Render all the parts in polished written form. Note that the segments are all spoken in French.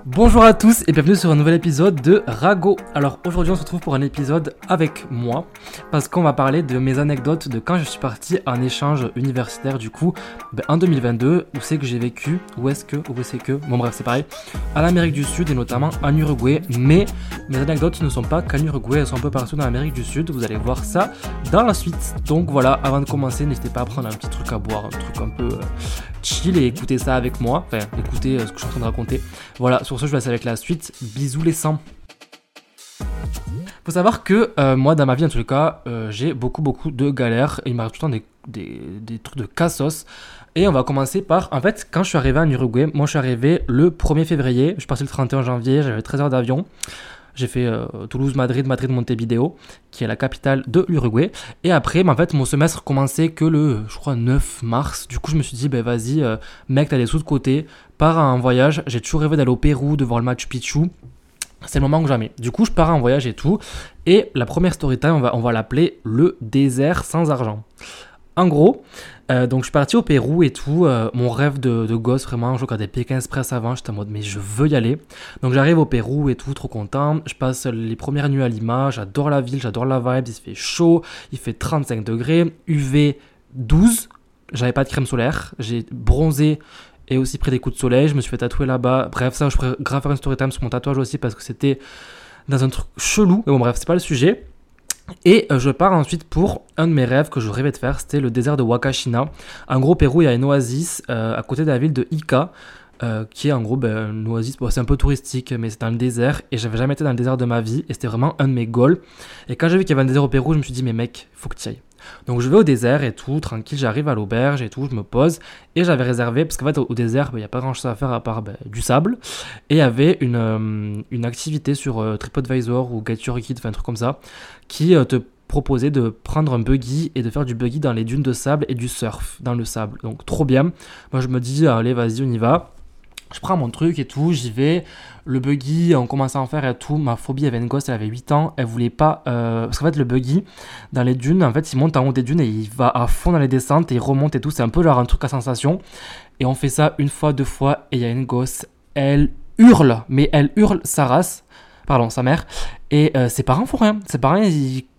Bonjour à tous et bienvenue sur un nouvel épisode de Rago. Alors aujourd'hui on se retrouve pour un épisode avec moi parce qu'on va parler de mes anecdotes de quand je suis parti en échange universitaire du coup en 2022, où c'est que j'ai vécu, où c'est que, bon bref c'est pareil, à l'Amérique du Sud et notamment en Uruguay, mais mes anecdotes ne sont pas qu'en Uruguay, elles sont un peu partout dans l'Amérique du Sud, vous allez voir ça dans la suite. Donc voilà, avant de commencer n'hésitez pas à prendre un petit truc à boire, un truc un peu chill et écouter ça avec moi, enfin écoutez ce que je suis en train de raconter. Voilà, sur ce je vous laisse avec la suite, bisous les sangs. Faut savoir que moi dans ma vie en tout cas j'ai beaucoup de galères et il m'arrive tout le temps des trucs de cassos. Et on va commencer par, en fait quand je suis arrivé en Uruguay, moi je suis arrivé le 1er février, je suis parti le 31 janvier, j'avais 13 heures d'avion. J'ai fait Toulouse-Madrid, Madrid-Montevideo, qui est la capitale de l'Uruguay. Et après, en fait, mon semestre commençait que le, je crois, 9 mars. Du coup, je me suis dit, vas-y, mec, t'as des sous de côté, pars en voyage. J'ai toujours rêvé d'aller au Pérou, de voir le Machu Picchu. C'est le moment que jamais. Du coup, je pars en voyage et tout. Et la première story time, on va l'appeler le désert sans argent. En gros, donc je suis parti au Pérou et tout, mon rêve de gosse vraiment, je regardais Pékin Express avant, j'étais en mode mais je veux y aller. Donc j'arrive au Pérou et tout, trop content, je passe les premières nuits à Lima, j'adore la ville, j'adore la vibe, il fait chaud, il fait 35 degrés, UV 12, j'avais pas de crème solaire, j'ai bronzé et aussi pris des coups de soleil, je me suis fait tatouer là-bas, bref ça je pourrais grave faire une story time sur mon tatouage aussi parce que c'était dans un truc chelou, mais bon bref c'est pas le sujet. Et je pars ensuite pour un de mes rêves que je rêvais de faire, c'était le désert de Huacachina. En gros, au Pérou, il y a une oasis à côté de la ville de Ica, qui est en gros une oasis, c'est un peu touristique, mais c'est dans le désert. Et j'avais jamais été dans le désert de ma vie, et c'était vraiment un de mes goals. Et quand j'ai vu qu'il y avait un désert au Pérou, je me suis dit, mais mec, faut que tu y ailles. Donc je vais au désert et tout, tranquille, j'arrive à l'auberge et tout, je me pose. Et j'avais réservé, parce qu'en fait au désert, il n'y a pas grand chose à faire à part du sable. Et il y avait une activité sur TripAdvisor ou Get Your Guide, enfin un truc comme ça, qui te proposait de prendre un buggy et de faire du buggy dans les dunes de sable et du surf dans le sable. Donc trop bien. Moi je me dis, allez vas-y on y va. Je prends mon truc et tout, j'y vais. Le buggy, on commence à en faire et tout. Ma phobie, avait une gosse, elle avait 8 ans. Elle voulait pas... parce qu'en fait, le buggy, dans les dunes, en fait, il monte en haut des dunes et il va à fond dans les descentes et il remonte et tout. C'est un peu genre un truc à sensation. Et on fait ça une fois, 2 fois. Et il y a une gosse, elle hurle. Mais elle hurle sa race. Pardon, sa mère. Et ses parents font rien. Ses parents,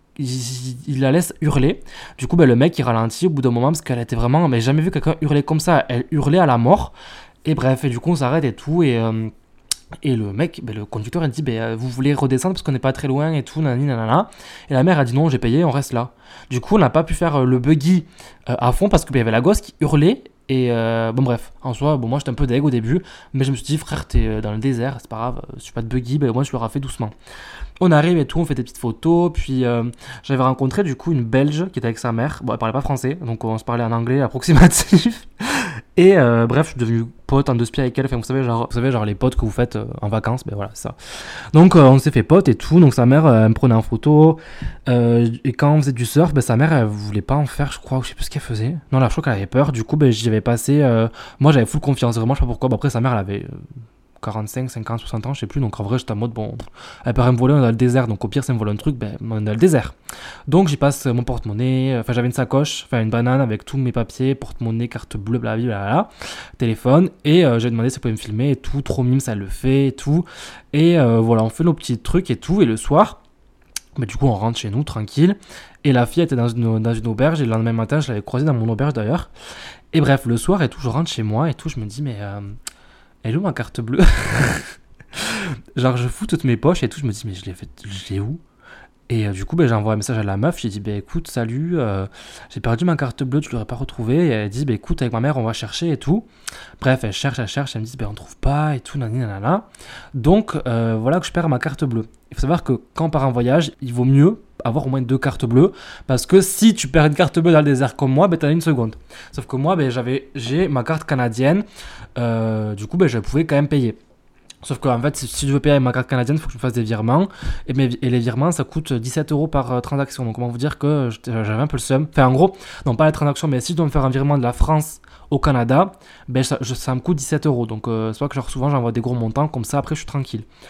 il la laisse hurler. Du coup, le mec, il ralentit au bout d'un moment parce qu'elle était vraiment... Mais j'ai jamais vu quelqu'un hurler comme ça. Elle hurlait à la mort. Et bref, et du coup on s'arrête et tout, et le mec, le conducteur, il dit vous voulez redescendre parce qu'on n'est pas très loin et tout, nanani nanana. Et la mère a dit non, j'ai payé, on reste là. Du coup on n'a pas pu faire le buggy à fond parce qu'il y avait la gosse qui hurlait. Et bon bref, en soi, moi j'étais un peu deg au début, mais je me suis dit frère, t'es dans le désert, c'est pas grave, si je suis pas de buggy, moi je l'aurais fait doucement. On arrive et tout, on fait des petites photos, puis j'avais rencontré du coup une Belge qui était avec sa mère, elle parlait pas français, donc on se parlait en anglais approximatif. Et bref, je suis devenu pote en 2 spies avec elle, enfin vous savez genre les potes que vous faites en vacances, voilà c'est ça. Donc on s'est fait pote et tout, donc sa mère elle me prenait en photo, et quand on faisait du surf, sa mère elle voulait pas en faire je crois, je sais plus ce qu'elle faisait. Non là je crois qu'elle avait peur, du coup j'y avais passé, moi j'avais full confiance, vraiment je sais pas pourquoi, après sa mère elle avait 45, 50, 60 ans, je sais plus, donc en vrai j'étais en mode elle peut rien me voler, on est dans le désert, donc au pire si elle me vole un truc, on est dans le désert. Donc j'y passe mon porte-monnaie, j'avais une sacoche, une banane avec tous mes papiers, porte-monnaie, carte bleue, blablabla, téléphone, et j'ai demandé si elle pouvait me filmer et tout, trop mime, ça le fait et tout, et voilà, on fait nos petits trucs et tout, et le soir, du coup on rentre chez nous tranquille, et la fille était dans une auberge, et le lendemain matin je l'avais croisée dans mon auberge d'ailleurs, et bref, le soir et tout, je rentre chez moi et tout, je me dis elle est où ma carte bleue? Genre je fous toutes mes poches et tout, je me dis mais je l'ai où? Et du coup j'ai envoyé un message à la meuf, j'ai dit écoute salut, j'ai perdu ma carte bleue, tu l'aurais pas retrouvée, et elle dit écoute avec ma mère on va chercher et tout. Bref elle cherche, elle me dit on trouve pas et tout, nanana. Donc voilà que je perds ma carte bleue. Il faut savoir que quand on part en voyage, il vaut mieux avoir au moins 2 cartes bleues, parce que si tu perds une carte bleue dans le désert comme moi, t'en as une seconde. Sauf que moi j'ai ma carte canadienne, du coup je pouvais quand même payer. Sauf qu'en fait, si je veux payer avec ma carte canadienne, il faut que je me fasse des virements. Et les virements, ça coûte 17 € par transaction. Donc, comment vous dire que j'avais un peu le seum. Enfin, en gros, non pas la transaction, mais si je dois me faire un virement de la France au Canada, ça me coûte 17 €. Donc, c'est pas que souvent j'envoie des gros montants. Comme ça, après, je suis tranquille.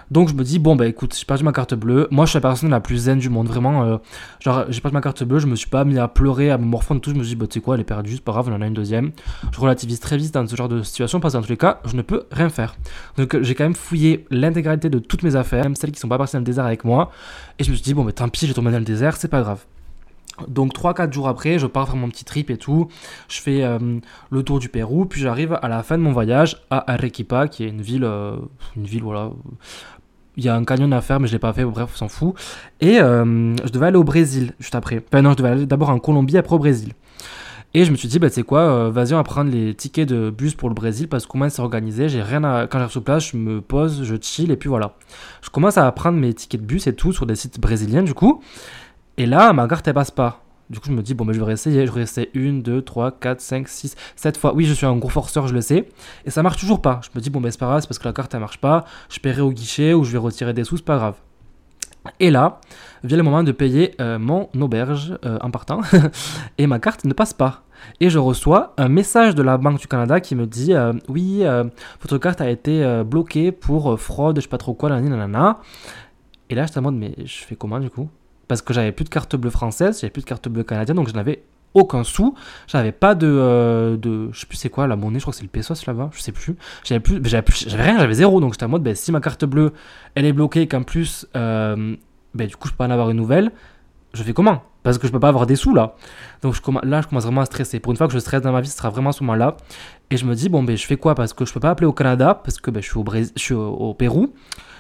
Donc je me dis, bon bah écoute, j'ai perdu ma carte bleue. Moi je suis la personne la plus zen du monde, vraiment. Genre j'ai perdu ma carte bleue, je me suis pas mis à pleurer, à me morfondre et tout. Je me suis dit, bah tu sais quoi, elle est perdue, c'est pas grave, on en a une deuxième. Je relativise très vite dans ce genre de situation parce que dans tous les cas, je ne peux rien faire. Donc j'ai quand même fouillé l'intégralité de toutes mes affaires, même celles qui sont pas parties dans le désert avec moi. Et je me suis dit, bon bah tant pis, j'ai tombé dans le désert, c'est pas grave. Donc 3-4 jours après, je pars faire mon petit trip et tout. Je fais le tour du Pérou, puis j'arrive à la fin de mon voyage à Arequipa, qui est une ville voilà. Il y a un canyon à faire, mais je l'ai pas fait, bref, on s'en fout. Et je devais aller au Brésil juste après. Enfin non, je devais aller d'abord en Colombie, après au Brésil. Et je me suis dit, bah tu sais quoi, vas-y, on va prendre les tickets de bus pour le Brésil, parce que comment c'est organisé, j'ai rien à... Quand j'arrive sur place, je me pose, je chill, et puis voilà. Je commence à prendre mes tickets de bus et tout sur des sites brésiliens, du coup. Et là, ma carte, elle passe pas. Du coup, je me dis, bon, ben, je vais réessayer. Je vais réessayer 1, 2, 3, 4, 5, 6, 7 fois. Oui, je suis un gros forceur, je le sais. Et ça marche toujours pas. Je me dis, bon, ben, c'est pas grave, c'est parce que la carte, elle marche pas. Je paierai au guichet ou je vais retirer des sous, c'est pas grave. Et là, vient le moment de payer mon auberge en partant. Et ma carte ne passe pas. Et je reçois un message de la Banque du Canada qui me dit, oui, votre carte a été bloquée pour fraude, je sais pas trop quoi, nanana. Et là, j'étais en mode, mais je fais comment du coup ? Parce que j'avais plus de carte bleue française, j'avais plus de carte bleue canadienne, donc je n'avais aucun sou. J'avais pas de je sais plus c'est quoi la monnaie, je crois que c'est le pesos là-bas, je sais plus. J'avais rien, j'avais zéro, donc j'étais en mode, ben, si ma carte bleue elle est bloquée et qu'en plus, ben, du coup je peux pas en avoir une nouvelle, je fais comment ? Parce que je peux pas avoir des sous là. Donc je commence vraiment à stresser. Pour une fois que je stresse dans ma vie, ce sera vraiment à ce moment-là. Et je me dis, bon ben je fais quoi ? Parce que je peux pas appeler au Canada, parce que ben, je suis au Pérou.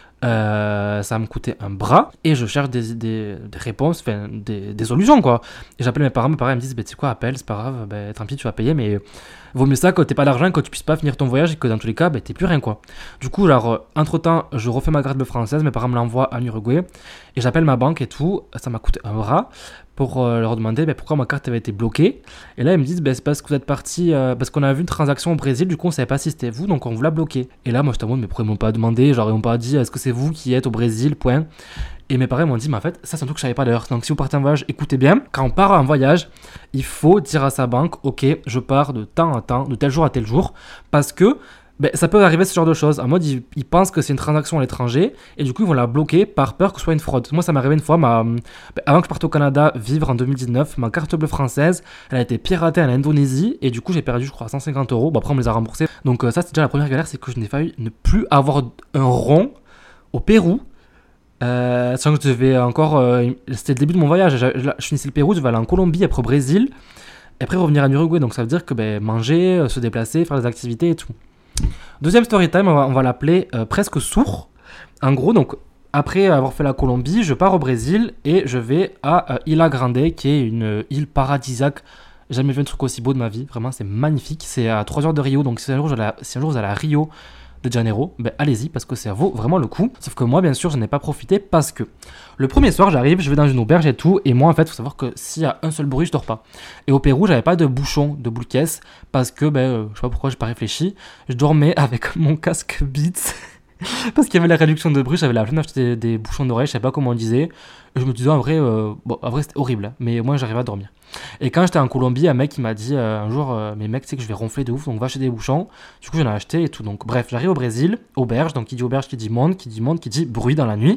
Ça va me coûter un bras et je cherche des réponses, enfin des solutions quoi. Et j'appelle mes parents ils me disent, bah, tu sais quoi, appelle, c'est pas grave, bah, tant pis, tu vas payer, mais vaut mieux ça que t'aies pas d'argent, que tu puisses pas finir ton voyage et que dans tous les cas, bah, t'aies plus rien quoi. Du coup, genre, entre temps, je refais ma carte bleue française, mes parents me l'envoient en Uruguay et j'appelle ma banque et tout, ça m'a coûté un bras pour leur demander pourquoi ma carte avait été bloquée. Et là, ils me disent, c'est parce que vous êtes parti, parce qu'on a vu une transaction au Brésil, du coup, on savait pas si c'était vous, donc on vous l'a bloqué. Et là, moi, je te demande, mais pourquoi ils m'ont pas demandé, genre, ils m'ont pas dit, est-ce que c'est vous qui êtes au Brésil, point. Et mes parents m'ont dit, mais en fait, ça, c'est un truc que je savais pas d'ailleurs. Donc, si vous partez en voyage, écoutez bien, quand on part en voyage, il faut dire à sa banque, ok, je pars de temps à temps, de tel jour à tel jour, parce que ça peut arriver ce genre de choses. En mode, ils pensent que c'est une transaction à l'étranger et du coup, ils vont la bloquer par peur que ce soit une fraude. Moi, ça m'est arrivé une fois, avant que je parte au Canada vivre en 2019, ma carte bleue française, elle a été piratée en Indonésie et du coup, j'ai perdu, je crois, 150 €. Bon, après, on me les a remboursés. Donc, ça, c'est déjà la première galère, c'est que je n'ai failli ne plus avoir un rond au Pérou. Sachant que je devais encore. C'était le début de mon voyage. Je finissais le Pérou, je devais aller en Colombie, après au Brésil, et après revenir en Uruguay. Donc, ça veut dire que manger, se déplacer, faire des activités et tout. Deuxième story time, on va l'appeler presque sourd. En gros, donc après avoir fait la Colombie, je pars au Brésil et je vais à Ilha Grande, qui est une île paradisiaque. J'ai jamais vu un truc aussi beau de ma vie, vraiment c'est magnifique. C'est à 3 heures de Rio, donc si un jour vous allez à Rio de Janeiro, allez-y parce que ça vaut vraiment le coup. Sauf que moi, bien sûr, je n'ai pas profité parce que le premier soir, j'arrive, je vais dans une auberge et tout, et moi, en fait, il faut savoir que s'il y a un seul bruit, je dors pas. Et au Pérou, j'avais pas de bouchon, de boule caisse, parce que, je sais pas pourquoi, j'ai pas réfléchi, je dormais avec mon casque Beats. Parce qu'il y avait la réduction de bruit, j'avais la flemme d'acheter des bouchons d'oreille, je savais pas comment on disait. Et je me disais, en vrai c'était horrible, hein, mais moi, j'arrivais à dormir. Et quand j'étais en Colombie, un mec il m'a dit un jour, mais mec, tu sais que je vais ronfler de ouf, donc va acheter des bouchons. Du coup, j'en ai acheté et tout. Donc, bref, j'arrive au Brésil, auberge, donc qui dit auberge, qui dit monde, qui dit bruit dans la nuit.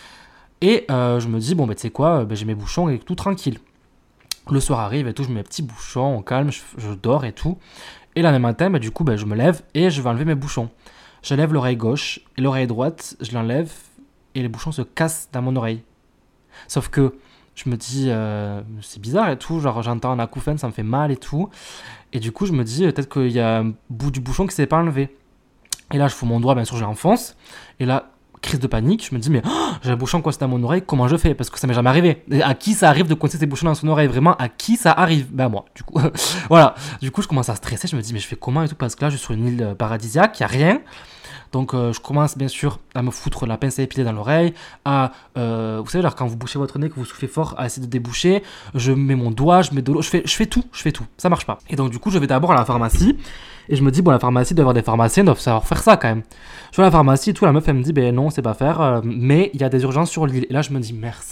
Et je me dis, tu sais quoi, j'ai mes bouchons et tout tranquille. Le soir arrive et tout, je mets mes petits bouchons, on calme, je dors et tout. Et le lendemain matin, du coup, je me lève et je vais enlever mes bouchons. Je lève l'oreille gauche et l'oreille droite, je l'enlève et les bouchons se cassent dans mon oreille. Sauf que je me dis, c'est bizarre et tout, genre j'entends un acouphène, ça me fait mal et tout. Et du coup, je me dis, peut-être qu'il y a un bout du bouchon qui s'est pas enlevé. Et là, je fous mon doigt, bien sûr, je l'enfonce. Et là, crise de panique, je me dis, mais j'ai un bouchon coincé dans mon oreille, comment je fais ? Parce que ça m'est jamais arrivé. Et à qui ça arrive de coincer ses bouchons dans son oreille ? Vraiment, à qui ça arrive ? Moi, du coup. Voilà. Du coup, je commence à stresser, je me dis, mais je fais comment et tout ? Parce que là, je suis sur une île paradisiaque, il n'y a rien. Donc je commence bien sûr à me foutre la pince à épiler dans l'oreille, vous savez, genre quand vous bouchez votre nez, que vous soufflez fort, à essayer de déboucher, je mets mon doigt, je mets de l'eau, je fais tout, ça marche pas. Et donc du coup je vais d'abord à la pharmacie, et je me dis, la pharmacie doit avoir des pharmaciens, doivent savoir faire ça quand même. Je vais à la pharmacie, tout, la meuf elle me dit, non, c'est pas faire, mais il y a des urgences sur l'île. Et là je me dis,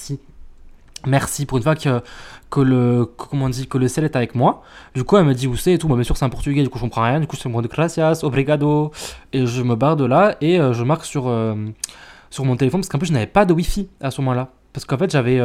merci pour une fois que le ciel est avec moi. Du coup, elle me dit où c'est et tout. Bien sûr, c'est en portugais, du coup, je comprends rien. Du coup, je me dis gracias, obrigado. Et je me barre de là et je marque sur sur mon téléphone, parce qu'en plus, je n'avais pas de Wi-Fi à ce moment-là. Parce qu'en fait, j'avais.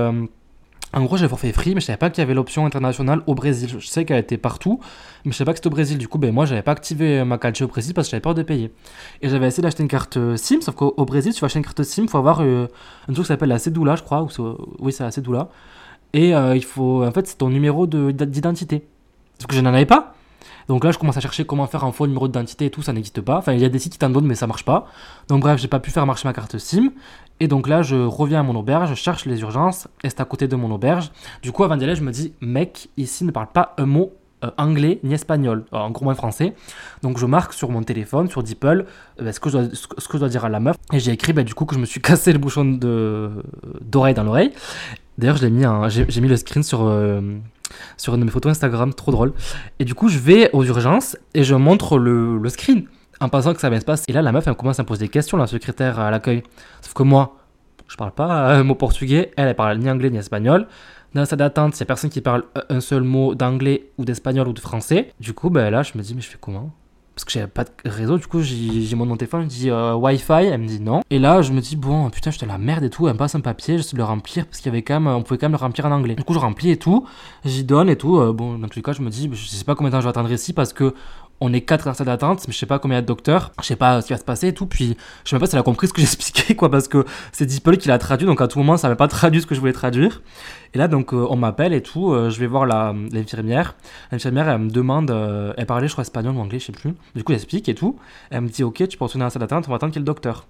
En gros, j'avais forfait free, mais je savais pas qu'il y avait l'option internationale au Brésil. Je sais qu'elle était partout, mais je savais pas que c'était au Brésil. Du coup, moi, j'avais pas activé ma carte au Brésil parce que j'avais peur de payer. Et j'avais essayé d'acheter une carte SIM, sauf qu'au Brésil, si tu vas acheter une carte SIM, il faut avoir un truc qui s'appelle la Cédula, je crois. Oui, c'est la Cédula. Et il faut. En fait, c'est ton numéro d'identité. Sauf que je n'en avais pas. Donc là, je commence à chercher comment faire un faux numéro d'identité et tout, ça n'existe pas. Enfin, il y a des sites qui t'en donnent, mais ça marche pas. Donc bref, j'ai pas pu faire marcher ma carte SIM. Et donc là, je reviens à mon auberge, je cherche les urgences, et c'est à côté de mon auberge. Du coup, avant d'y aller, je me dis, mec, ici ne parle pas un mot anglais ni espagnol, en gros moins français. Donc je marque sur mon téléphone, sur DeepL, ce que je dois dire à la meuf. Et j'ai écrit du coup que je me suis cassé le bouchon d'oreille dans l'oreille. D'ailleurs, j'ai mis le screen sur une de mes photos Instagram, trop drôle. Et du coup, je vais aux urgences et je montre le screen en pensant que ça va bien se passer. Et là, la meuf, elle commence à me poser des questions, la secrétaire à l'accueil. Sauf que moi, je parle pas un mot portugais, elle parle ni anglais ni espagnol. Dans la salle d'attente, il y a personne qui parle un seul mot d'anglais ou d'espagnol ou de français. Du coup, là, je me dis, mais je fais comment ? Parce que j'avais pas de réseau, du coup j'ai mon téléphone, je dis Wi-Fi, elle me dit non. Et là je me dis bon putain j'étais la merde et tout, elle me passe un papier, j'essaie de le remplir parce qu'il y avait quand même, on pouvait quand même le remplir en anglais. Du coup je remplis et tout, j'y donne et tout, bon dans tous les cas je me dis je sais pas combien de temps je vais attendre ici parce que on est 4 dans la salle d'attente, mais je sais pas combien il y a de docteurs, je sais pas ce qui va se passer et tout, puis je sais même pas si elle a compris ce que j'expliquais quoi, parce que c'est DeepL qui l'a traduit, donc à tout moment ça n'avait pas traduit ce que je voulais traduire. Et là donc on m'appelle et tout, je vais voir l'infirmière. L'infirmière elle me demande, elle parlait je crois espagnol ou anglais, je sais plus. Du coup j'explique et tout, elle me dit ok tu peux retourner dans la salle d'attente, on va attendre qu'il y ait le docteur.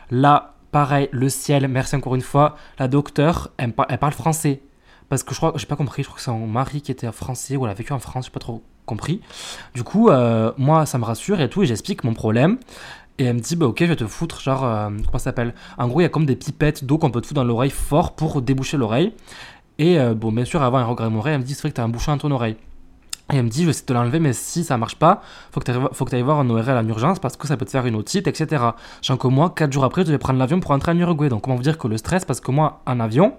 Là pareil, le ciel, merci encore une fois, la docteure elle parle français. Parce que je crois, j'ai pas compris, je crois que c'est son mari qui était français ou elle a vécu en France, j'ai pas trop compris. Du coup, moi ça me rassure et tout, et j'explique mon problème. Et elle me dit, ok, je vais te foutre, genre, comment ça s'appelle ? En gros, il y a comme des pipettes d'eau qu'on peut te foutre dans l'oreille fort pour déboucher l'oreille. Et bon, bien sûr, avant, elle regarde mon oreille, elle me dit, c'est vrai que t'as un bouchon dans ton oreille. Et elle me dit, je vais essayer de te l'enlever, mais si ça marche pas, faut que tu ailles voir un ORL en urgence parce que ça peut te faire une otite, etc. Sachant que moi, 4 jours après, je devais prendre l'avion pour rentrer en Uruguay. Donc, comment vous dire que le stress, parce que moi, en avion,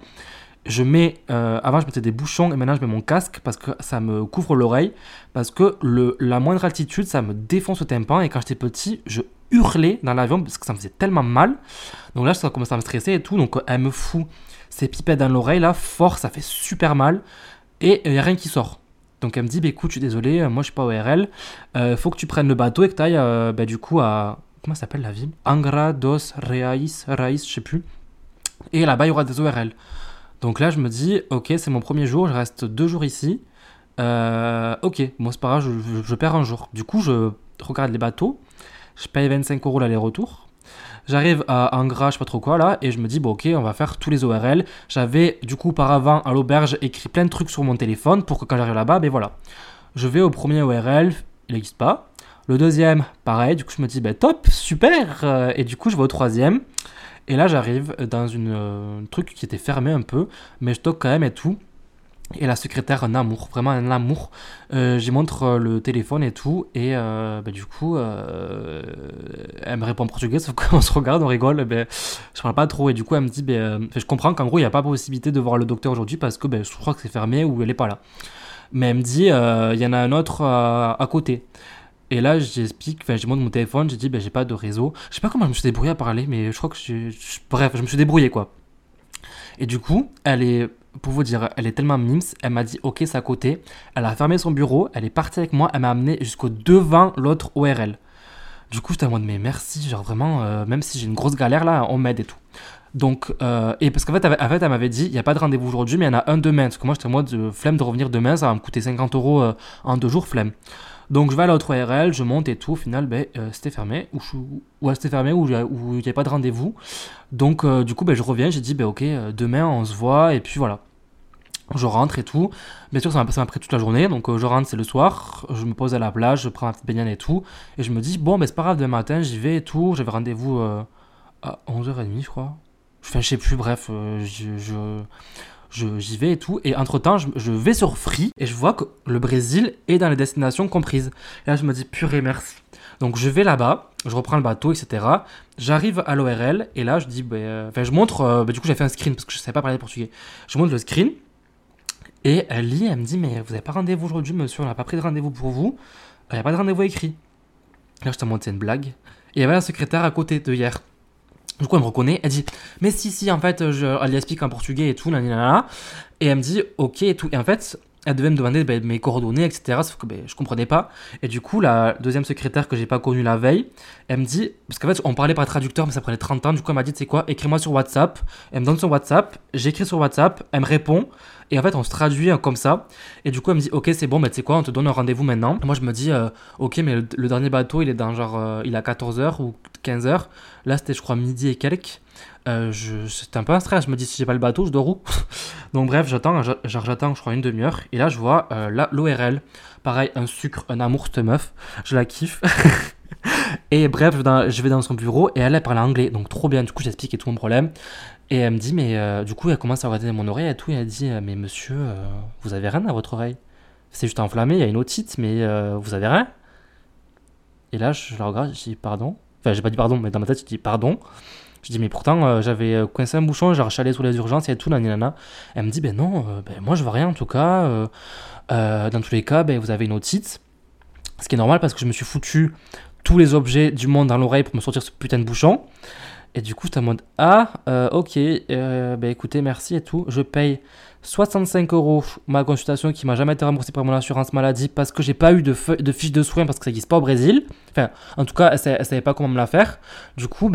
avant je mettais des bouchons et maintenant je mets mon casque parce que ça me couvre l'oreille, parce que la moindre altitude ça me défonce le tympan, et quand j'étais petit je hurlais dans l'avion parce que ça me faisait tellement mal. Donc là ça commence à me stresser et tout, donc elle me fout ces pipettes dans l'oreille là fort, ça fait super mal et il n'y a rien qui sort. Donc elle me dit écoute je suis désolé, moi je suis pas ORL, faut que tu prennes le bateau et que tu ailles du coup à, comment ça s'appelle la ville, Angra dos Reis, je sais plus, et là-bas il y aura des ORL. Donc là, je me dis, ok, c'est mon premier jour, je reste 2 jours ici. Ok, bon, c'est pas grave, je perds un jour. Du coup, je regarde les bateaux, je paye 25 € l'aller-retour. J'arrive à Angra, je sais pas trop quoi là, et je me dis, bon, ok, on va faire tous les ORL. J'avais, du coup, auparavant, à l'auberge, écrit plein de trucs sur mon téléphone pour que quand j'arrive là-bas, voilà. Je vais au premier ORL, il n'existe pas. Le deuxième, pareil, du coup, je me dis, top, super. Et du coup, je vais au troisième. Et là, j'arrive dans un truc qui était fermé un peu, mais je toque quand même et tout. Et la secrétaire, un amour, vraiment un amour. J'y montre le téléphone et tout. Et du coup, elle me répond en portugais, sauf qu'on se regarde, on rigole. Je parle pas trop. Et du coup, elle me dit, je comprends qu'en gros, il n'y a pas possibilité de voir le docteur aujourd'hui parce que je crois que c'est fermé ou elle est pas là. Mais elle me dit, il y en a un autre à côté. Et là, je montre mon téléphone, j'ai dit, j'ai pas de réseau. Je sais pas comment je me suis débrouillé à parler, mais je crois que bref, je me suis débrouillé, quoi. Et du coup, pour vous dire, elle est tellement mimes, elle m'a dit, ok, c'est à côté. Elle a fermé son bureau, elle est partie avec moi, elle m'a amené jusqu'au devant l'autre ORL. Du coup, j'étais en mode, mais merci, genre vraiment, même si j'ai une grosse galère là, on m'aide et tout. Donc, et parce qu'en fait, elle m'avait dit, il n'y a pas de rendez-vous aujourd'hui, mais il y en a un demain. Parce que moi, j'étais en mode, flemme de revenir demain, ça va me coûter 50 € en 2 jours, flemme. Donc je vais à l'autre ORL, je monte et tout, au final c'était fermé, ou c'était fermé, ou il n'y avait pas de rendez-vous. Donc du coup je reviens, j'ai dit ok, demain on se voit, et puis voilà. Je rentre et tout, bien sûr ça m'a pris toute la journée, donc je rentre, c'est le soir, je me pose à la plage, je prends ma petite baignade et tout, et je me dis c'est pas grave, demain matin j'y vais et tout, j'avais rendez-vous à 11h30 je crois, enfin je sais plus, bref, j'y vais et tout, et entre temps je vais sur Free et je vois que le Brésil est dans les destinations comprises. Et là je me dis purée merci. Donc je vais là-bas, je reprends le bateau, etc. J'arrive à l'ORL et là je dis je montre, du coup j'ai fait un screen parce que je savais pas parler portugais. Je montre le screen et elle lit, elle me dit mais vous avez pas rendez-vous aujourd'hui monsieur, on n'a pas pris de rendez-vous pour vous, il n'y a pas de rendez-vous écrit. Là je te montre, c'est une blague. Et il y avait la secrétaire à côté de hier. Du coup, elle me reconnaît, elle dit, mais si, en fait, elle lui explique en portugais et tout, nanana. Et elle me dit, ok et tout. Et en fait, elle devait me demander mes coordonnées, etc. Sauf que je comprenais pas. Et du coup, la deuxième secrétaire que j'ai pas connue la veille, elle me dit, parce qu'en fait, on parlait par traducteur, mais ça prenait 30 ans. Du coup, elle m'a dit, tu sais quoi, écris-moi sur WhatsApp. Elle me donne son WhatsApp, j'écris sur WhatsApp, elle me répond. Et en fait, on se traduit comme ça. Et du coup, elle me dit, ok, c'est bon, tu sais quoi, on te donne un rendez-vous maintenant. Et moi, je me dis, ok, mais le dernier bateau, il est dans genre, il a 14h ou 15h. Là, c'était, je crois, midi et quelques. C'était un peu un stress. Je me dis, si j'ai pas le bateau, je dors où? Donc, bref, j'attends, je crois, une demi-heure. Et là, je vois l'ORL. Pareil, un sucre, un amour, cette meuf. Je la kiffe. Et bref, je vais dans son bureau et elle parle anglais. Donc, trop bien. Du coup, j'explique et tout mon problème. Et elle me dit, mais du coup, elle commence à regarder mon oreille et tout. Et elle dit, mais monsieur, vous avez rien à votre oreille? C'est juste enflammé, il y a une otite, mais vous avez rien? Et là, je la regarde, je dis, pardon. Enfin, j'ai pas dit pardon, mais dans ma tête, je dis pardon. Je dis, mais pourtant, j'avais coincé un bouchon, j'ai rechalé sous les urgences et tout, nanana. Elle me dit, ben non, moi je vois rien en tout cas. Dans tous les cas, vous avez une otite. Ce qui est normal parce que je me suis foutu tous les objets du monde dans l'oreille pour me sortir ce putain de bouchon. Et du coup, j'étais en mode, ok, écoutez, merci et tout. Je paye 65 € ma consultation qui m'a jamais été remboursée par mon assurance maladie parce que j'ai pas eu de fiche de soins parce que ça n'existe pas au Brésil. Enfin, en tout cas, elle savait pas comment me la faire. Du coup,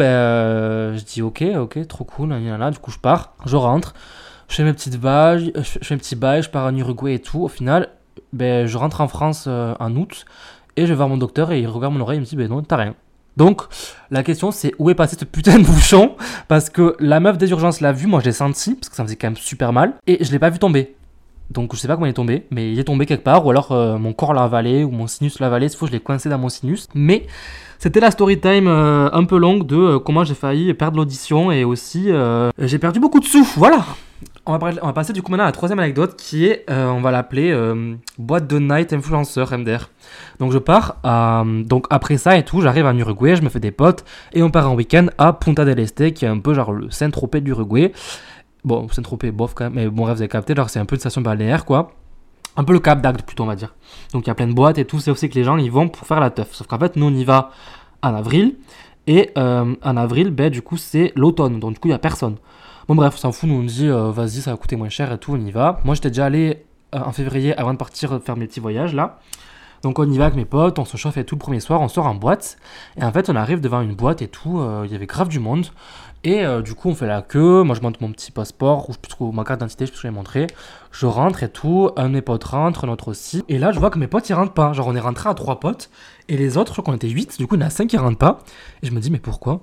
je dis ok, trop cool, là. Du coup, je pars, je rentre, je fais mes petites bails, je fais un petit bail, je pars en Uruguay et tout. Au final, je rentre en France en août et je vais voir mon docteur et il regarde mon oreille et il me dit, non, t'as rien. Donc, la question c'est où est passé ce putain de bouchon? Parce que la meuf des urgences l'a vu, moi je l'ai senti, parce que ça me faisait quand même super mal, et je l'ai pas vu tomber. Donc je sais pas comment il est tombé, mais il est tombé quelque part, ou alors mon corps l'a avalé, ou mon sinus l'a avalé, s'il faut je l'ai coincé dans mon sinus. Mais c'était la story time un peu longue de comment j'ai failli perdre l'audition, et aussi j'ai perdu beaucoup de sous, voilà. On va passer du coup maintenant à la troisième anecdote qui est, on va l'appeler boîte de night influenceur MDR. Donc je pars, donc après ça et tout, j'arrive en Uruguay, je me fais des potes et on part en week-end à Punta del Este qui est un peu genre le Saint-Tropez de l'Uruguay. Bon, Saint-Tropez, bof quand même, mais bon, bref, vous avez capté, genre c'est un peu une station balnéaire quoi. Un peu le Cap d'Agde plutôt on va dire. Donc il y a plein de boîtes et tout, c'est aussi que les gens ils vont pour faire la teuf. Sauf qu'en fait nous on y va en avril et en avril, du coup c'est l'automne, donc du coup il n'y a personne. Bon bref, on s'en fout, nous on dit vas-y ça va coûter moins cher et tout, on y va. Moi j'étais déjà allé en février avant de partir faire mes petits voyages là. Donc on y va avec mes potes, on se chauffe et tout le premier soir, on sort en boîte. Et en fait on arrive devant une boîte et tout, il y avait grave du monde. Et du coup on fait la queue, moi je monte mon petit passeport, ou ma carte d'identité, je peux te les montrer. Je rentre et tout, un de mes potes rentre, un autre aussi. Et là je vois que mes potes ils rentrent pas, genre on est rentré à 3 potes. Et les autres, je crois qu'on était 8, du coup il y en a 5 qui rentrent pas. Et je me dis mais pourquoi?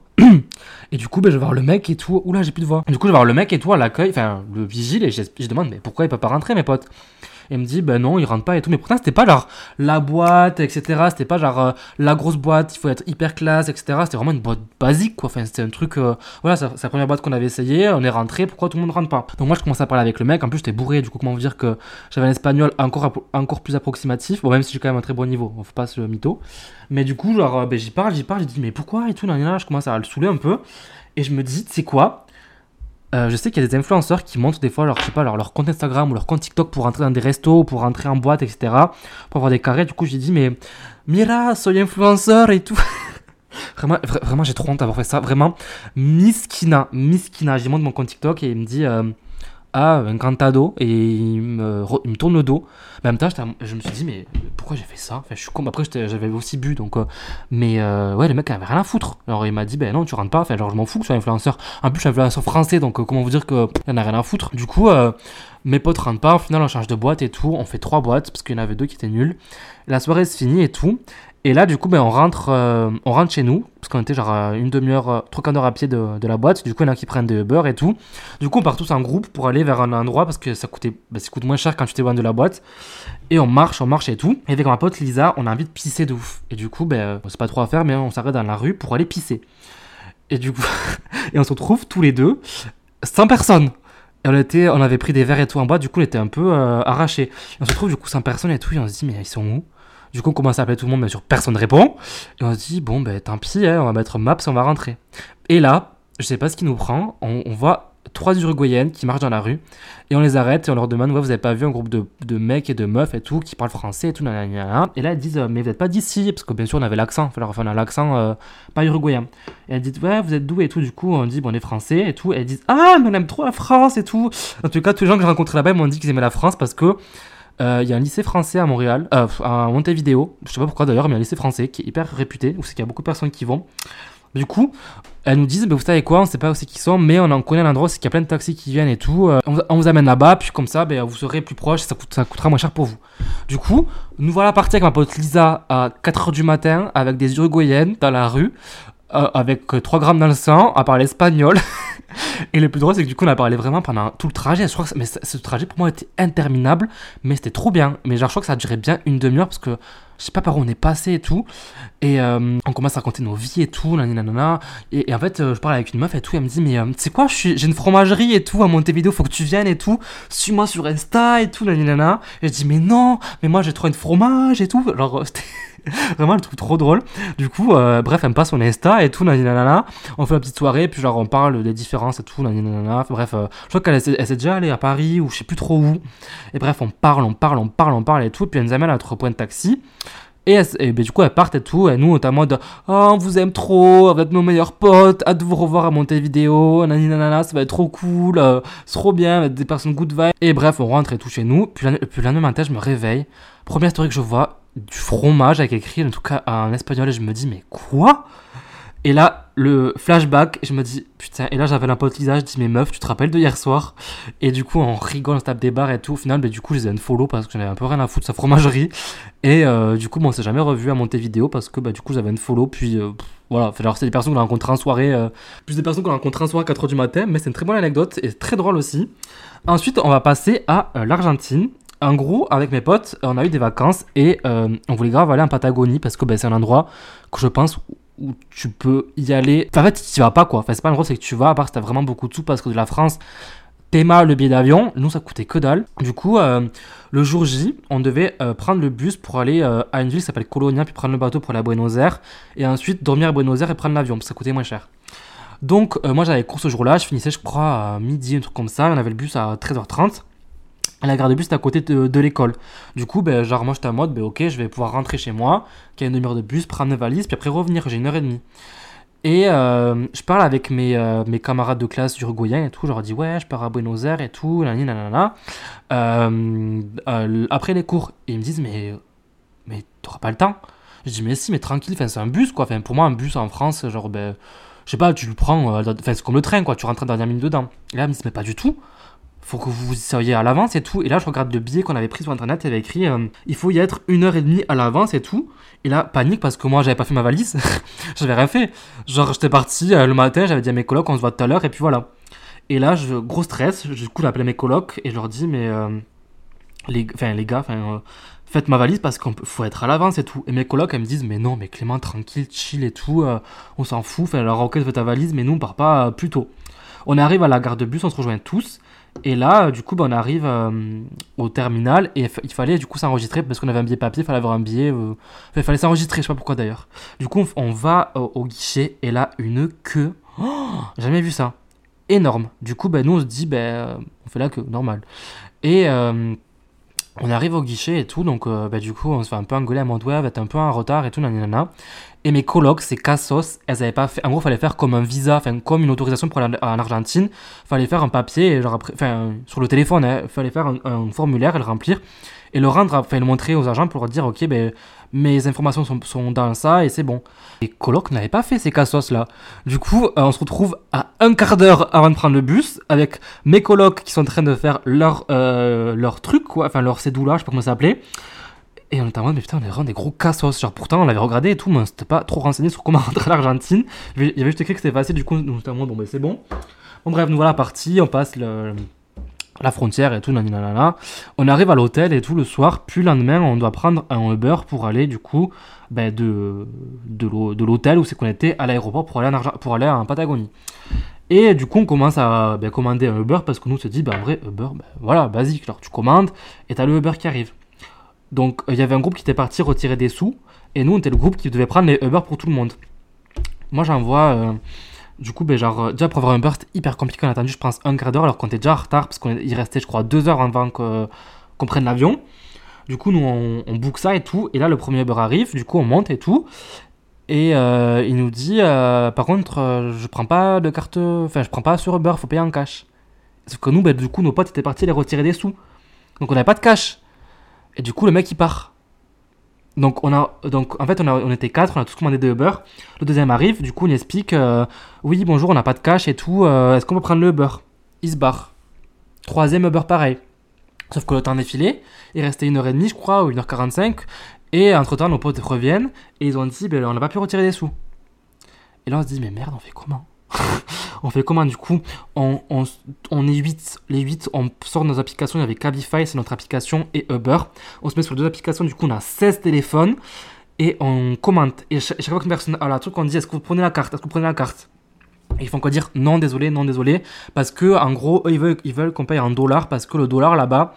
Et du coup je vais voir le mec et tout, oula j'ai plus de voix. Du coup je vais voir le mec et tout à l'accueil, enfin le vigile, et je demande mais pourquoi il peut pas rentrer mes potes? Et il me dit, non, il rentre pas et tout. Mais pourtant, c'était pas genre la boîte, etc. C'était pas genre la grosse boîte, il faut être hyper classe, etc. C'était vraiment une boîte basique, quoi. Enfin, c'était un truc. Voilà, c'est la première boîte qu'on avait essayé. On est rentré, pourquoi tout le monde rentre pas? Donc, moi, je commence à parler avec le mec. En plus, j'étais bourré. Du coup, comment vous dire que j'avais un espagnol encore plus approximatif. Bon, même si j'ai quand même un très bon niveau, faut pas se mytho. Mais du coup, genre, j'y parle, j'ai dit, mais pourquoi et tout, là, je commence à le saouler un peu. Et je me dis, tu sais quoi? Je sais qu'il y a des influenceurs qui montrent des fois leur compte Instagram ou leur compte TikTok pour rentrer dans des restos ou pour rentrer en boîte, etc. Pour avoir des carrés. Du coup, j'ai dit, mais Mira, soy influenceur et tout. Vraiment, j'ai trop honte d'avoir fait ça. Vraiment, miskina. J'ai montré mon compte TikTok et il me dit, encantado. Et il me tourne le dos. Mais en même temps, je me suis dit, mais pourquoi j'ai fait ça? Enfin, je suis con. Après, j'avais aussi bu. Donc, ouais, le mec avait rien à foutre. Alors, il m'a dit, non, tu rentres pas. Enfin, genre, je m'en fous que tu sois influenceur. En plus, je suis influenceur français. Donc, comment vous dire qu'il y en a rien à foutre? Du coup, mes potes rentrent pas. Au final, on change de boîte et tout. On fait 3 boîtes parce qu'il y en avait 2 qui étaient nuls. La soirée se finit et tout. Et là, du coup, on rentre chez nous, parce qu'on était genre une demi-heure, 3 quarts d'heure à pied de la boîte. Du coup, il y en a qui prennent des Uber et tout. Du coup, on part tous en groupe pour aller vers un endroit, parce que ça coûte moins cher quand tu t'éloignes de la boîte. Et on marche et tout. Et avec ma pote Lisa, on a envie de pisser de ouf. Et du coup, c'est pas trop à faire, mais on s'arrête dans la rue pour aller pisser. Et du coup, et on se retrouve tous les deux, 100 personnes. Et on avait pris des verres et tout en boîte, du coup, on était un peu arrachés. Et on se retrouve du coup 100 personnes et tout, et on se dit, mais ils sont où? Du coup, on commence à appeler tout le monde, mais sûr, personne ne répond. Et on se dit, bon, tant pis, on va mettre Maps et on va rentrer. Et là, je sais pas ce qui nous prend, on voit 3 Uruguayennes qui marchent dans la rue et on les arrête et on leur demande, ouais, vous avez pas vu un groupe de mecs et de meufs et tout qui parlent français et tout, nanana. Et là elles disent, mais vous êtes pas d'ici, parce que bien sûr on avait l'accent, on a l'accent pas uruguayen. Et elles disent, ouais, vous êtes d'où et tout, du coup on dit, bon, on est français et tout. Et elles disent, ah, mais on aime trop la France et tout. En tout cas, tous les gens que j'ai rencontrés là-bas m'ont dit qu'ils aimaient la France parce que il y a un lycée français à Montréal, à Montevideo, je sais pas pourquoi d'ailleurs, mais il y a un lycée français qui est hyper réputé, où c'est qu'il y a beaucoup de personnes qui vont. Du coup, elles nous disent, bah, vous savez quoi, on sait pas où c'est qu'ils sont, mais on en connaît l'endroit, c'est qu'il y a plein de taxis qui viennent et tout. On vous amène là-bas, puis comme ça, bah, vous serez plus proche, ça coûtera moins cher pour vous. Du coup, nous voilà partis avec ma pote Lisa à 4h du matin, avec des Uruguayennes dans la rue, avec 3 grammes dans le sang, à parler espagnol. Et le plus drôle, c'est que du coup, on a parlé vraiment pendant tout le trajet. Je crois que ce trajet pour moi était interminable, mais c'était trop bien. Mais genre, je crois que ça a duré bien une demi-heure parce que je sais pas par où on est passé et tout. Et on commence à raconter nos vies et tout, nanana. Et en fait, je parle avec une meuf et tout. Elle me dit, mais tu sais quoi, j'ai une fromagerie et tout à Montevideo, faut que tu viennes et tout. Suis-moi sur Insta et tout, nanana. Et je dis, mais non, mais moi j'ai trop une fromage et tout. Genre, c'était vraiment le truc trop drôle. Du coup, bref, elle me passe son Insta et tout, nanana. On fait une petite soirée, puis genre on parle des différences et tout, nanana. Bref, je crois qu'elle s'est déjà allée à Paris ou je sais plus trop où. Et bref, on parle et tout. Puis elle nous amène à notre point de taxi. Et ben, du coup, elles partent et tout. Et nous, on est en mode, oh, on vous aime trop, vous êtes nos meilleurs potes, hâte de vous revoir à Montevideo, nanana, ça va être trop cool, c'est trop bien, va être des personnes good vibes. Et bref, on rentre et tout chez nous. Puis le lendemain matin, je me réveille. Première story que je vois, du fromage avec écrit, en tout cas en espagnol, et je me dis, mais quoi? Et là, le flashback, je me dis, putain, et là j'avais un pote Lisa, je dis, mais meuf, tu te rappelles de hier soir? Et du coup, on rigole, on se tape des barres et tout. Au final, bah, du coup, je les ai unfollow parce que j'en avais un peu rien à foutre de sa fromagerie. Et du coup, bon, on s'est jamais revu à Montevideo parce que bah, du coup, j'avais unfollow. Puis voilà, alors c'est des personnes qu'on a rencontrées en soirée, plus des personnes qu'on a rencontrées en soirée à 4h du matin, mais c'est une très bonne anecdote et très drôle aussi. Ensuite, on va passer à l'Argentine. En gros, avec mes potes, on a eu des vacances et on voulait grave aller en Patagonie parce que bah, c'est un endroit que je pense où tu peux y aller. Enfin, en fait, tu vas pas quoi. Enfin, c'est pas un endroit, c'est que tu vas, à part si t'as vraiment beaucoup de sous parce que de la France, t'es mal le billet d'avion. Nous, ça coûtait que dalle. Du coup, le jour J, on devait prendre le bus pour aller à une ville qui s'appelle Colonia, puis prendre le bateau pour aller à Buenos Aires et ensuite dormir à Buenos Aires et prendre l'avion parce que ça coûtait moins cher. Donc, moi, j'avais cours ce jour-là. Je finissais, je crois, à midi, un truc comme ça. On avait le bus à 13h30. Et la gare de bus était à côté de l'école. Du coup, ben, genre, moi j'étais en mode, ben, ok, je vais pouvoir rentrer chez moi, qu'il y a une demi-heure de bus, prendre mes valises, puis après revenir, j'ai 1h30. Et je parle avec mes camarades de classe uruguayens et tout, je leur dis, ouais, je pars à Buenos Aires et tout, nanana. Après les cours, et ils me disent, mais t'auras pas le temps? Je dis, mais si, mais tranquille, c'est un bus, quoi. Pour moi, un bus en France, genre, ben, je sais pas, tu le prends, c'est comme le train, quoi, tu rentres à la dernière minute dedans. Et là, ils me disent, mais pas du tout. Faut que vous y soyez à l'avance et tout. Et là, je regarde le billet qu'on avait pris sur internet. Il y avait écrit il faut y être 1h30 à l'avance et tout. Et là, panique parce que moi, j'avais pas fait ma valise. J'avais rien fait. Genre, j'étais parti le matin. J'avais dit à mes colocs, on se voit tout à l'heure. Et puis voilà. Et là, gros stress. Du coup, j'appelle mes colocs et je leur dis, mais les gars, faites ma valise parce qu'il faut être à l'avance et tout. Et mes colocs, elles me disent, mais non, mais Clément, tranquille, chill et tout. On s'en fout. Alors, ok, fais ta valise, mais nous, on part pas plus tôt. On arrive à la gare de bus, on se rejoint tous. Et là, du coup, on arrive au terminal et il fallait du coup s'enregistrer parce qu'on avait un billet papier, il fallait avoir un billet. Il fallait s'enregistrer, je sais pas pourquoi d'ailleurs. Du coup, on va au guichet et là, une queue. Oh, jamais vu ça. Énorme. Du coup, nous, on se dit, on fait la queue, normal. Et on arrive au guichet et tout, donc du coup, on se fait un peu engueuler à mon doigt, être un peu en retard et tout, nanana. Et mes colocs, c'est Cassos, elles avaient pas fait. En gros, il fallait faire comme un visa, comme une autorisation pour aller en Argentine. Il fallait faire un papier, genre après, sur le téléphone, il fallait faire un formulaire et le remplir. Et le rendre, le montrer aux agents pour leur dire, ok, mes informations sont dans ça et c'est bon. Les colocs n'avaient pas fait ces Cassos-là. Du coup, on se retrouve à un quart d'heure avant de prendre le bus avec mes colocs qui sont en train de faire leur truc, quoi, leur cédula, je sais pas comment ça s'appelait. Et on était en mode, mais putain, on est vraiment des gros cassos. Genre, pourtant, on l'avait regardé et tout, mais on s'était pas trop renseigné sur comment rentrer à l'Argentine. Il y avait juste écrit que c'était facile, du coup, nous, on était en mode, bon, c'est bon. Bon, bref, nous voilà partis, on passe la frontière et tout, nanana. On arrive à l'hôtel et tout le soir, puis le lendemain, on doit prendre un Uber pour aller, du coup, de l'hôtel où c'est qu'on était à l'aéroport pour aller en Patagonie. Et du coup, on commence à commander un Uber parce que nous, on se dit, en vrai, Uber, voilà, basique. Alors, tu commandes et t'as le Uber qui arrive. Donc, il y avait un groupe qui était parti retirer des sous. Et nous, on était le groupe qui devait prendre les Uber pour tout le monde. Moi, j'envoie Du coup, ben, genre, déjà pour avoir un Uber, c'était hyper compliqué. On a attendu, je pense, un quart d'heure alors qu'on était déjà en retard parce qu'il restait, je crois, 2 heures avant qu'on prenne l'avion. Du coup, nous, on book ça et tout. Et là, le premier Uber arrive. Du coup, on monte et tout. Et il nous dit, par contre, je prends pas de carte. Enfin, je prends pas sur Uber, faut payer en cash. Sauf que nous, ben, du coup, nos potes étaient partis les retirer des sous. Donc, on n'avait pas de cash. Et du coup, le mec, il part. Donc en fait, on était quatre, on a tous commandé des Uber. Le deuxième arrive, du coup, il explique oui, bonjour, on n'a pas de cash et tout. Est-ce qu'on peut prendre le Uber? Il se barre. Troisième Uber, pareil. Sauf que le temps défilé, il restait 1h30, je crois, ou 1h45. Et entre-temps, nos potes reviennent et ils ont dit ben, on n'a pas pu retirer des sous. Et là, on se dit mais merde, on fait comment? On fait comment du coup on est 8, les 8, on sort de nos applications, il y avait Cabify, c'est notre application, et Uber. On se met sur 2 applications, du coup on a 16 téléphones, et on commente. Et chaque fois qu'une personne a la truc, on dit est-ce que vous prenez la carte? Est-ce que vous prenez la carte? Et ils font quoi dire non désolé, parce que en gros, eux, ils veulent qu'on paye en dollars, parce que le dollar là-bas,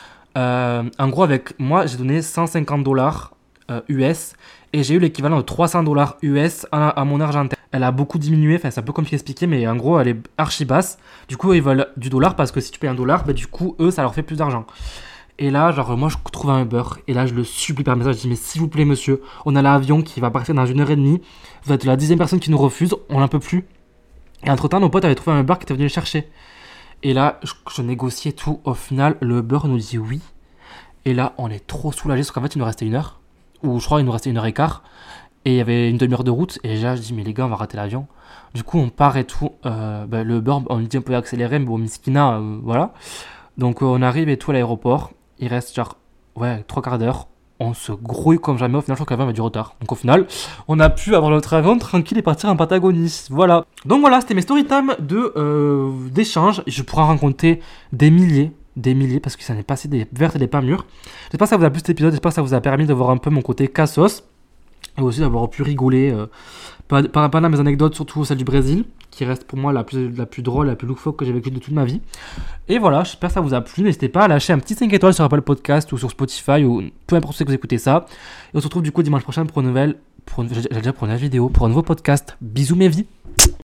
en gros avec moi j'ai donné 150 dollars US, et j'ai eu l'équivalent de 300 dollars US à mon argentin. Elle a beaucoup diminué, enfin c'est un peu compliqué à expliquer, mais en gros elle est archi basse. Du coup ils veulent du dollar parce que si tu payes un dollar, bah, du coup eux ça leur fait plus d'argent. Et là genre moi je trouve un Uber et là je le supplie par message, je dis mais s'il vous plaît monsieur, on a l'avion qui va partir dans 1h30, vous êtes la 10e personne qui nous refuse, on n'en peut plus. Et entre temps nos potes avaient trouvé un Uber qui était venu le chercher. Et là je négociais tout, au final le Uber nous dit oui. Et là on est trop soulagés parce qu'en fait il nous restait 1 heure, ou je crois il nous restait 1h15. Et il y avait une demi-heure de route. Et là, je dis, mais les gars, on va rater l'avion. Du coup, on part et tout. Le Uber, on lui dit, on peut accélérer, mais bon, Miskina, voilà. Donc, on arrive et tout à l'aéroport. Il reste genre, ouais, 3 quarts d'heure. On se grouille comme jamais. Au final, je crois que l'avion avait du retard. Donc, au final, on a pu avoir notre avion tranquille et partir en Patagonie. Voilà. Donc, voilà, c'était mes story time d'échanges. Je pourrais en raconter des milliers, parce que ça n'est passé des vertes et des pas mûres. J'espère que ça vous a plu cet épisode. J'espère que ça vous a permis de voir un peu mon côté cassos. Et aussi d'avoir pu rigoler par rapport à mes anecdotes, surtout celle du Brésil, qui reste pour moi la plus drôle, la plus loufoque que j'ai vécue de toute ma vie. Et voilà, j'espère que ça vous a plu. N'hésitez pas à lâcher un petit 5 étoiles sur Apple Podcast ou sur Spotify ou peu importe où c'est que vous écoutez ça. Et on se retrouve du coup dimanche prochain pour une nouvelle vidéo, pour un nouveau podcast. Bisous mes vies.